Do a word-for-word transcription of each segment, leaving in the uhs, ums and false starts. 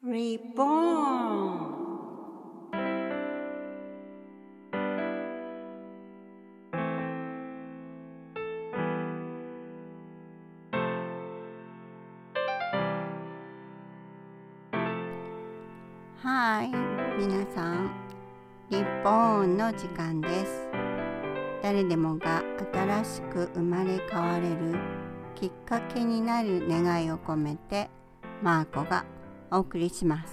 Reborn。はい、皆さん、リボーンの時間です。誰でもが新しく生まれ変われるきっかけになる願いを込めて、マーコがお送りします。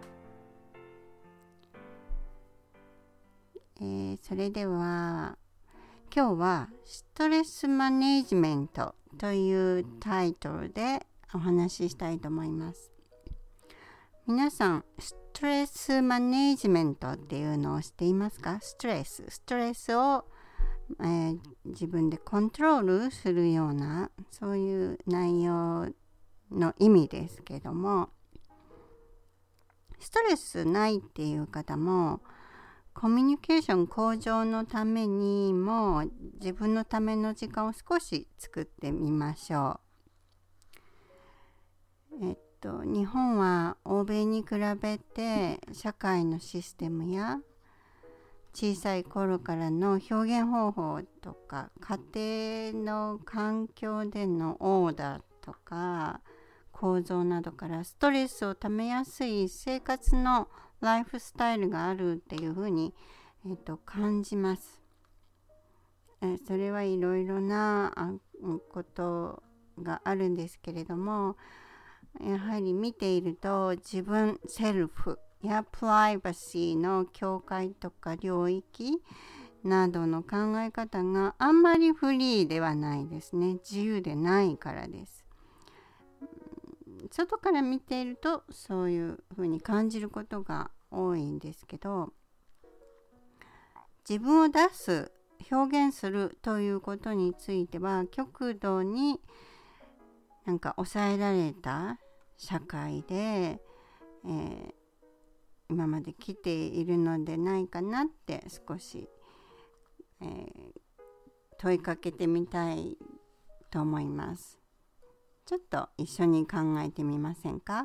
えー、それでは、今日はストレスマネジメントというタイトルでお話ししたいと思います。皆さん、ストレスマネジメントっていうのを知っていますか？ストレス。ストレスを、えー、自分でコントロールするような、そういう内容の意味ですけども、ストレスないっていう方も、コミュニケーション向上のためにも自分のための時間を少し作ってみましょう。えっと、日本は欧米に比べて社会のシステムや小さい頃からの表現方法とか家庭の環境でのオーダーとか構造などからストレスをためやすい生活のライフスタイルがあるっていうふうに、えっと、感じます。えそれはいろいろなことがあるんですけれども、やはり見ていると自分セルフやプライバシーの境界とか領域などの考え方があんまりフリーではないですね。自由でないからです。外から見ているとそういうふうに感じることが多いんですけど、自分を出す、表現するということについては極度になんか抑えられた社会で、えー、今まで来ているのでないかなって少し、えー、問いかけてみたいと思います。ちょっと一緒に考えてみませんか？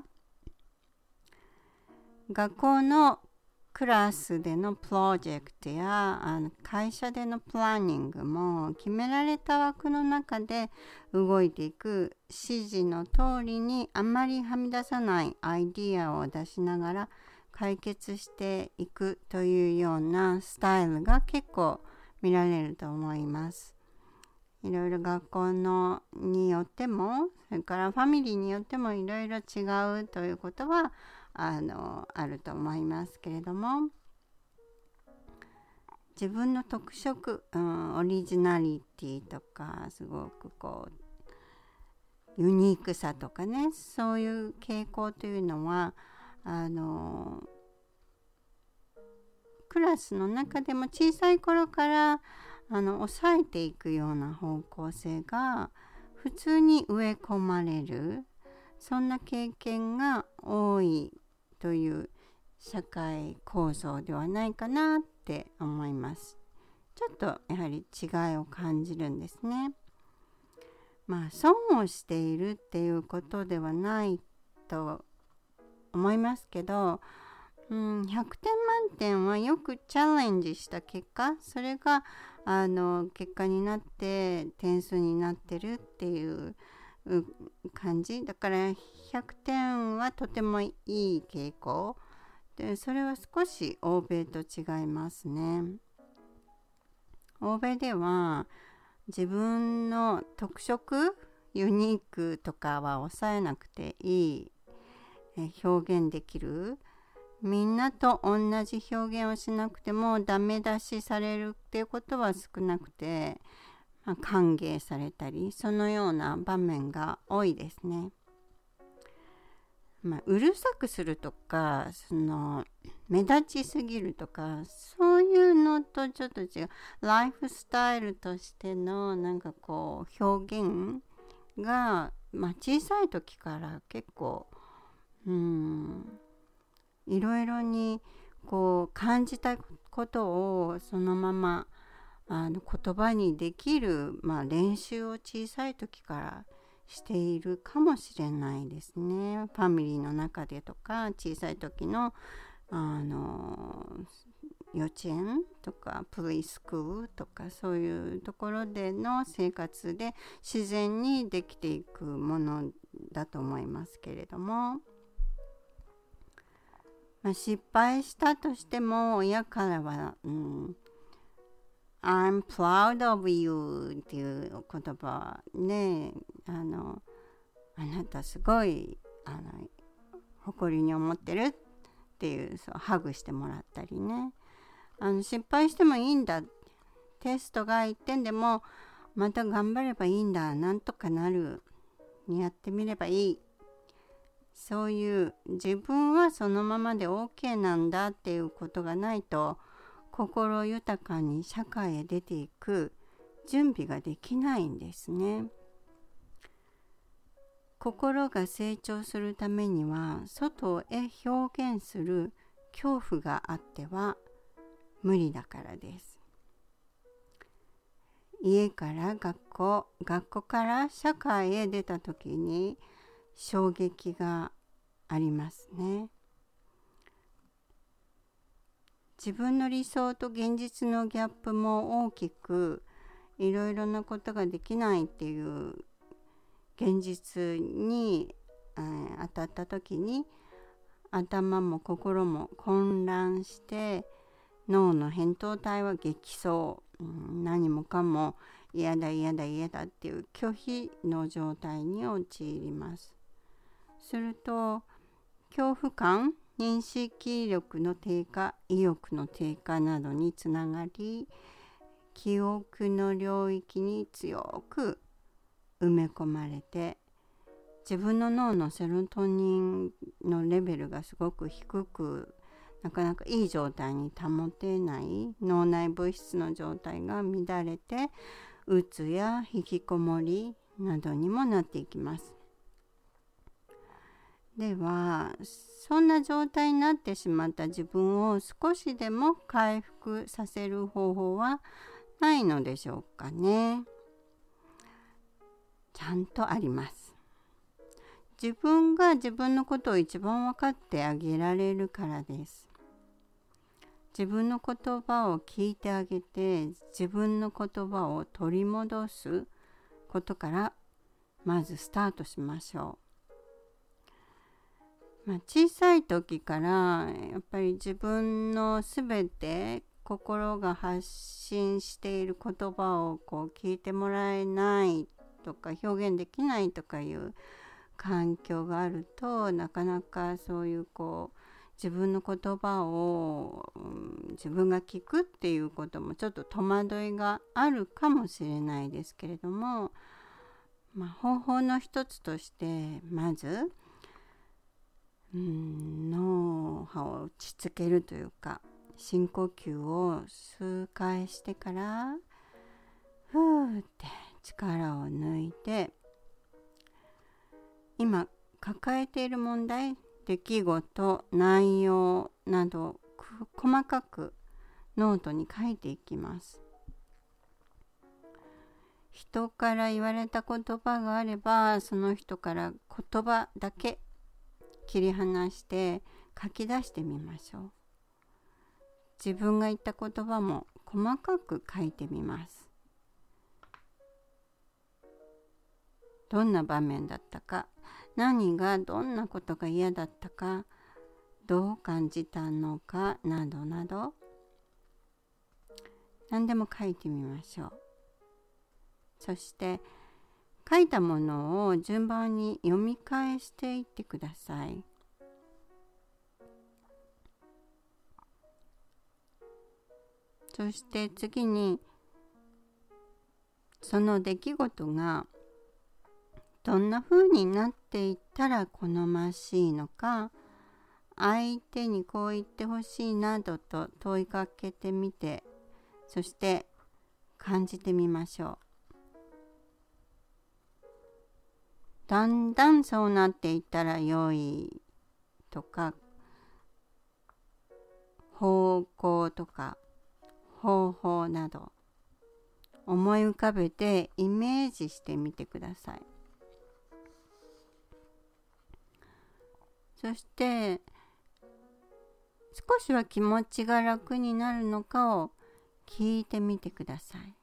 学校のクラスでのプロジェクトやあの会社でのプランニングも決められた枠の中で動いていく指示の通りにあまりはみ出さないアイディアを出しながら解決していくというようなスタイルが結構見られると思います。いろいろ学校のによっても、それからファミリーによってもいろいろ違うということはあのあると思いますけれども、自分の特色、うん、オリジナリティとかすごくこうユニークさとかね、そういう傾向というのはあのクラスの中でも小さい頃からあの抑えていくような方向性が普通に植え込まれる、そんな経験が多いという社会構造ではないかなって思います。ちょっとやはり違いを感じるんですね。まあ損をしているっていうことではないと思いますけど、うん、ひゃくてん満点はよくチャレンジした結果、それがあの結果になって点数になってるっていう感じだから、ひゃくてんはとてもいい傾向で、それは少し欧米と違いますね。欧米では自分の特色、ユニークとかは抑えなくていい、表現できる、みんなと同じ表現をしなくてもダメ出しされるっていうことは少なくて、まあ、歓迎されたり、そのような場面が多いですね。まあ、うるさくするとか、その目立ちすぎるとか、そういうのとちょっと違う。ライフスタイルとしてのなんかこう表現が、まあ、小さい時から結構うーんいろいろにこう感じたことをそのままあの言葉にできる、まあ、練習を小さい時からしているかもしれないですね。ファミリーの中でとか、小さい時のあの幼稚園とかプレイスクールとか、そういうところでの生活で自然にできていくものだと思いますけれども、まあ、失敗したとしても親からは、うん、I'm proud of you っていう言葉はね、あのあなたすごいあの誇りに思ってるっていう、そうハグしてもらったりね、あの失敗してもいいんだ、テストがいってんでもまた頑張ればいいんだ、なんとかなる、やってみればいい、そういう自分はそのままで OK なんだっていうことがないと、心豊かに社会へ出ていく準備ができないんですね。心が成長するためには、外へ表現する恐怖があっては無理だからです。家から学校、学校から社会へ出た時に衝撃がありますね。自分の理想と現実のギャップも大きく、いろいろなことができないっていう現実に、えー、当たった時に、頭も心も混乱して脳の扁桃体は激走、うん、何もかも嫌だ嫌だ嫌だっていう拒否の状態に陥ります。すると恐怖感、認識力の低下、意欲の低下などにつながり、記憶の領域に強く埋め込まれて、自分の脳のセロトニンのレベルがすごく低く、なかなかいい状態に保てない脳内物質の状態が乱れて、うつや引きこもりなどにもなっていきます。では、そんな状態になってしまった自分を少しでも回復させる方法はないのでしょうかね。ちゃんとあります。自分が自分のことを一番分かってあげられるからです。自分の言葉を聞いてあげて、自分の言葉を取り戻すことからまずスタートしましょう。まあ、小さい時からやっぱり自分のすべて心が発信している言葉をこう聞いてもらえないとか表現できないとかいう環境があると、なかなかそういうこう自分の言葉を、うん、自分が聞くっていうこともちょっと戸惑いがあるかもしれないですけれども、まあ、方法の一つとしてまずうん、脳波を落ち着けるというか、深呼吸を数回してからふーって力を抜いて、今抱えている問題、出来事、内容など細かくノートに書いていきます。人から言われた言葉があれば、その人から言葉だけ切り離して書き出してみましょう。自分が言った言葉も細かく書いてみます。どんな場面だったか、何がどんなことが嫌だったか、どう感じたのかなどなど、何でも書いてみましょう。そして書いたものを順番に読み返していってください。そして次に、その出来事がどんな風になっていったら好ましいのか、相手にこう言ってほしいなどと問いかけてみて、そして感じてみましょう。だんだんそうなっていったら良いとか、方向とか方法など思い浮かべてイメージしてみてください。 そして少しは気持ちが楽になるのかを聞いてみてください。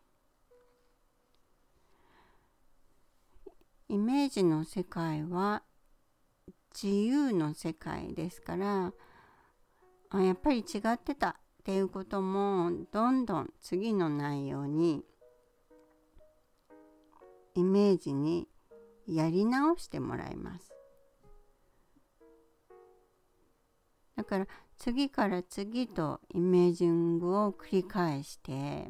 イメージの世界は自由の世界ですから、あ、やっぱり違ってたっていうこともどんどん次の内容にイメージにやり直してもらいます。だから次から次とイメージングを繰り返して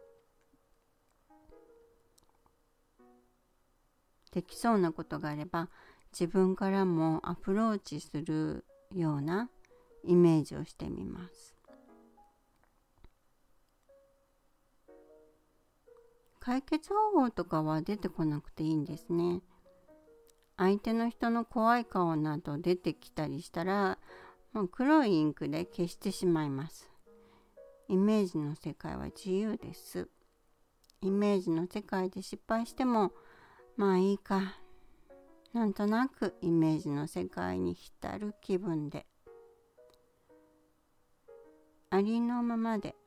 できそうなことがあれば自分からもアプローチするようなイメージをしてみます。解決方法とかは出てこなくていいんですね。相手の人の怖い顔など出てきたりしたら、もう黒いインクで消してしまいます。イメージの世界は自由です。イメージの世界で失敗しても、まあいいか。なんとなくイメージの世界に浸る気分で、ありのままで、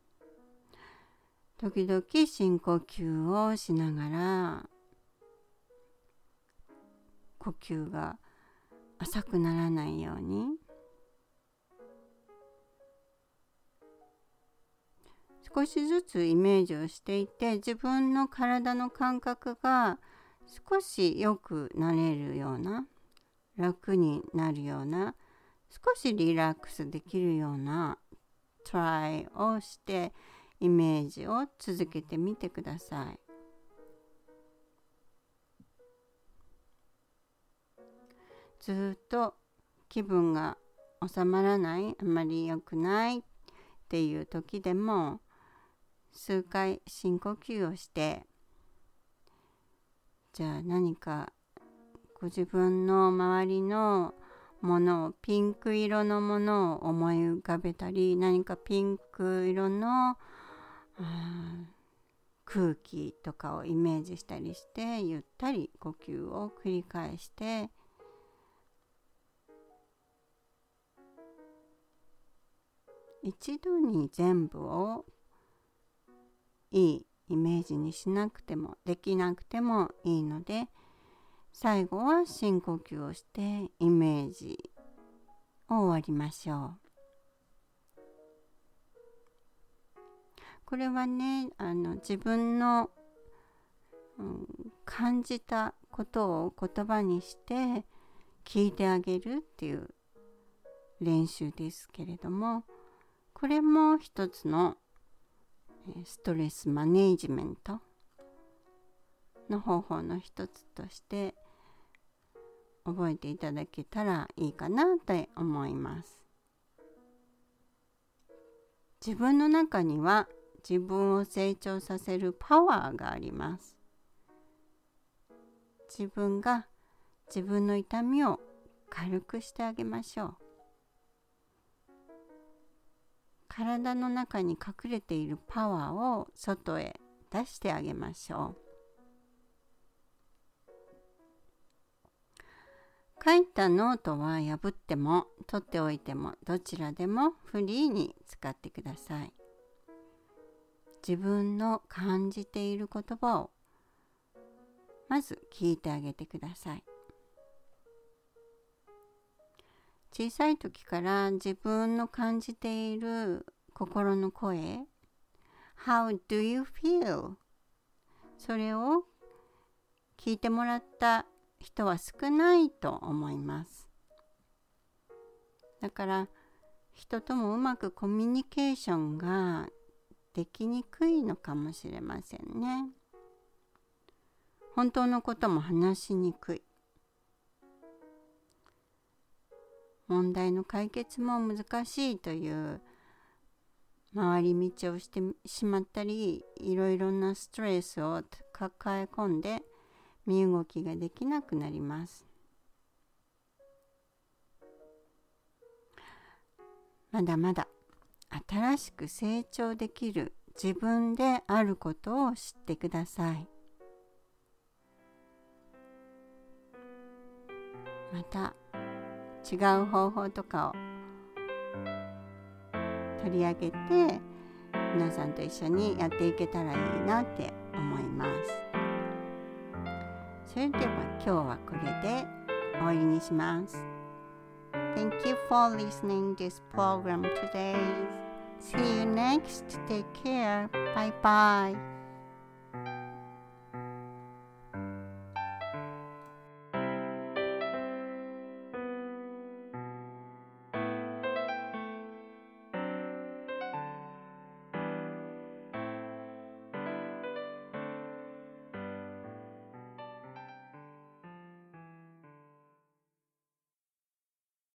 時々深呼吸をしながら、呼吸が浅くならないように、少しずつイメージをしていて、自分の体の感覚が少し良くなれるような、楽になるような、少しリラックスできるようなトライをしてイメージを続けてみてください。ずっと気分が収まらない、あまり良くないっていう時でも数回深呼吸をして、じゃあ何かご自分の周りのものを、ピンク色のものを思い浮かべたり、何かピンク色の空気とかをイメージしたりして、ゆったり呼吸を繰り返して、一度に全部をいいイメージにしなくてもできなくてもいいので、最後は深呼吸をしてイメージを終わりましょう。これはね、あの自分の、うん、感じたことを言葉にして聞いてあげるっていう練習ですけれども、これも一つのストレスマネジメントの方法の一つとして覚えていただけたらいいかなと思います。自分の中には自分を成長させるパワーがあります。自分が自分の痛みを軽くしてあげましょう。体の中に隠れているパワーを外へ出してあげましょう。書いたノートは破っても取っておいてもどちらでもフリーに使ってください。自分の感じている言葉をまず聞いてあげてください。小さい時から自分の感じている心の声、How do you feel? それを聞いてもらった人は少ないと思います。だから人ともうまくコミュニケーションができにくいのかもしれませんね。本当のことも話しにくい。問題の解決も難しいという回り道をしてしまったり、いろいろなストレスを抱え込んで身動きができなくなります。まだまだ新しく成長できる自分であることを知ってください。また違う方法とかを取り上げて皆さんと一緒にやっていけたらいいなって思います。それでは今日はこれで終わりにします。Thank you for listening this program today. See you next. Take care. Bye bye.